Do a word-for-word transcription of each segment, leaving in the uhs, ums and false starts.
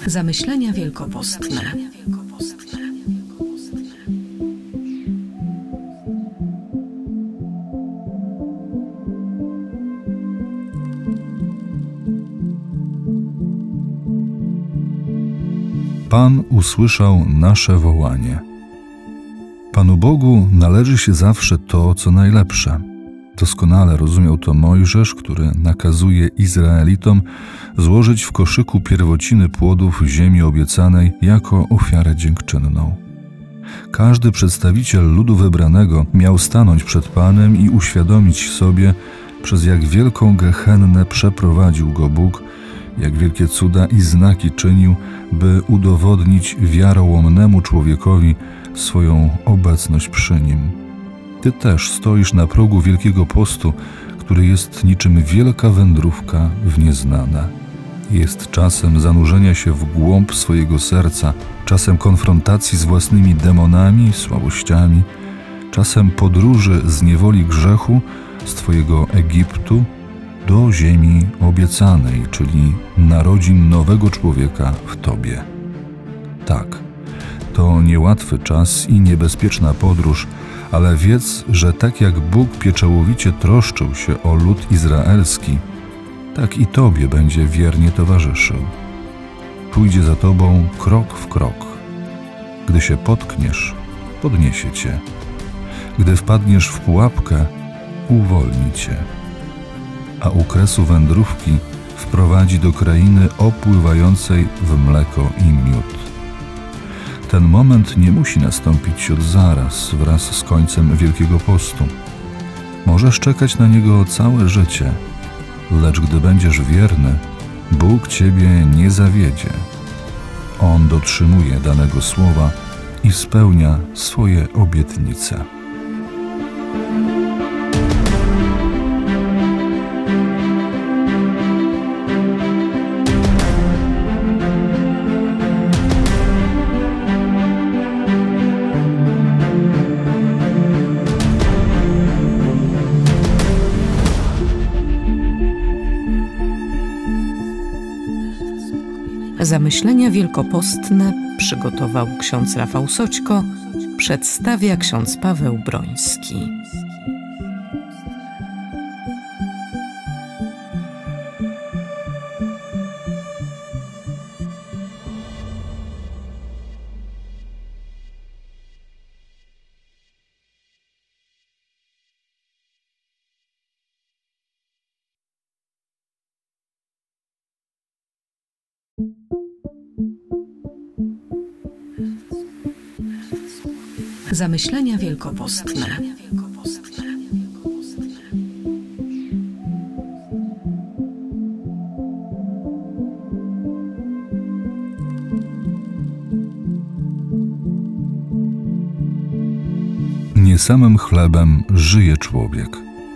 Zamyślenia wielkopostne. Pan usłyszał nasze wołanie. Panu Bogu należy się zawsze to, co najlepsze. Doskonale rozumiał to Mojżesz, który nakazuje Izraelitom złożyć w koszyku pierwociny płodów ziemi obiecanej jako ofiarę dziękczynną. Każdy przedstawiciel ludu wybranego miał stanąć przed Panem i uświadomić sobie, przez jak wielką gehennę przeprowadził go Bóg, jak wielkie cuda i znaki czynił, by udowodnić wiarołomnemu człowiekowi swoją obecność przy nim. Ty też stoisz na progu Wielkiego Postu, który jest niczym wielka wędrówka w nieznane. Jest czasem zanurzenia się w głąb swojego serca, czasem konfrontacji z własnymi demonami, słabościami, czasem podróży z niewoli grzechu, z Twojego Egiptu do ziemi obiecanej, czyli narodzin nowego człowieka w Tobie. Tak, to niełatwy czas i niebezpieczna podróż, ale wiedz, że tak jak Bóg pieczołowicie troszczył się o lud izraelski, tak i Tobie będzie wiernie towarzyszył. Pójdzie za Tobą krok w krok. Gdy się potkniesz, podniesie Cię. Gdy wpadniesz w pułapkę, uwolni Cię. A u kresu wędrówki wprowadzi do krainy opływającej w mleko i miód. Ten moment nie musi nastąpić od zaraz, wraz z końcem Wielkiego Postu. Możesz czekać na niego całe życie, lecz gdy będziesz wierny, Bóg Ciebie nie zawiedzie. On dotrzymuje danego słowa i spełnia swoje obietnice. Zamyślenia wielkopostne przygotował ksiądz Rafał Soćko, przedstawia ksiądz Paweł Broński. Zamyślenia wielkopostne. Nie samym chlebem żyje człowiek.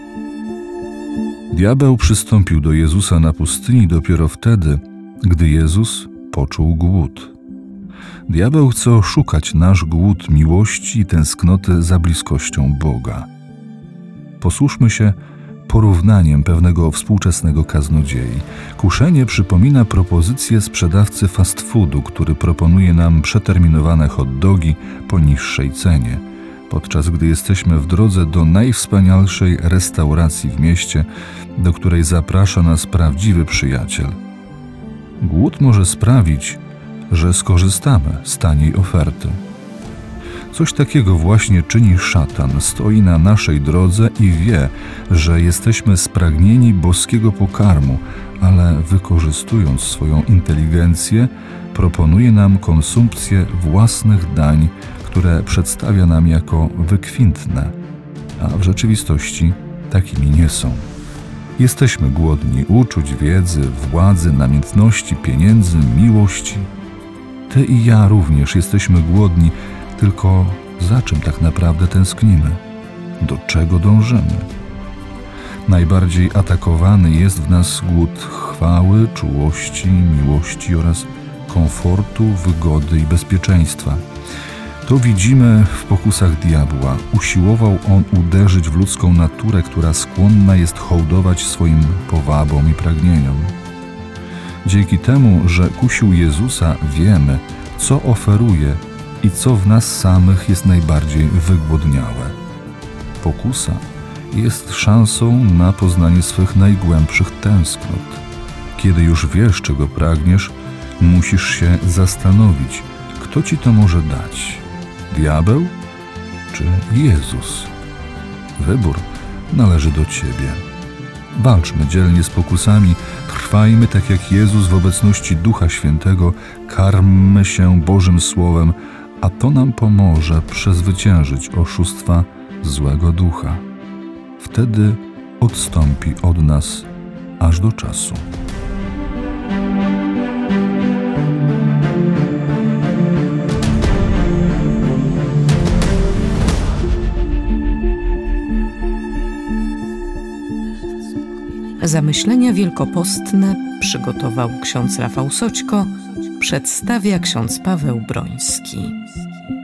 Diabeł przystąpił do Jezusa na pustyni dopiero wtedy, gdy Jezus poczuł głód. Diabeł chce oszukać nasz głód miłości i tęsknoty za bliskością Boga. Posłuszmy się porównaniem pewnego współczesnego kaznodziei. Kuszenie przypomina propozycję sprzedawcy fast foodu, który proponuje nam przeterminowane hot dogi po niższej cenie, podczas gdy jesteśmy w drodze do najwspanialszej restauracji w mieście, do której zaprasza nas prawdziwy przyjaciel. Głód może sprawić, że skorzystamy z taniej oferty. Coś takiego właśnie czyni szatan, stoi na naszej drodze i wie, że jesteśmy spragnieni boskiego pokarmu, ale wykorzystując swoją inteligencję, proponuje nam konsumpcję własnych dań, które przedstawia nam jako wykwintne, a w rzeczywistości takimi nie są. Jesteśmy głodni uczuć, wiedzy, władzy, namiętności, pieniędzy, miłości. Ty i ja również jesteśmy głodni, tylko za czym tak naprawdę tęsknimy? Do czego dążymy? Najbardziej atakowany jest w nas głód chwały, czułości, miłości oraz komfortu, wygody i bezpieczeństwa. To widzimy w pokusach diabła. Usiłował on uderzyć w ludzką naturę, która skłonna jest hołdować swoim powabom i pragnieniom. Dzięki temu, że kusił Jezusa, wiemy, co oferuje i co w nas samych jest najbardziej wygłodniałe. Pokusa jest szansą na poznanie swych najgłębszych tęsknot. Kiedy już wiesz, czego pragniesz, musisz się zastanowić, kto ci to może dać: diabeł czy Jezus? Wybór należy do ciebie. Walczmy dzielnie z pokusami, trwajmy tak jak Jezus w obecności Ducha Świętego, karmmy się Bożym Słowem, a to nam pomoże przezwyciężyć oszustwa złego ducha. Wtedy odstąpi od nas aż do czasu. Zamyślenia wielkopostne przygotował ksiądz Rafał Soćko, przedstawia ksiądz Paweł Broński.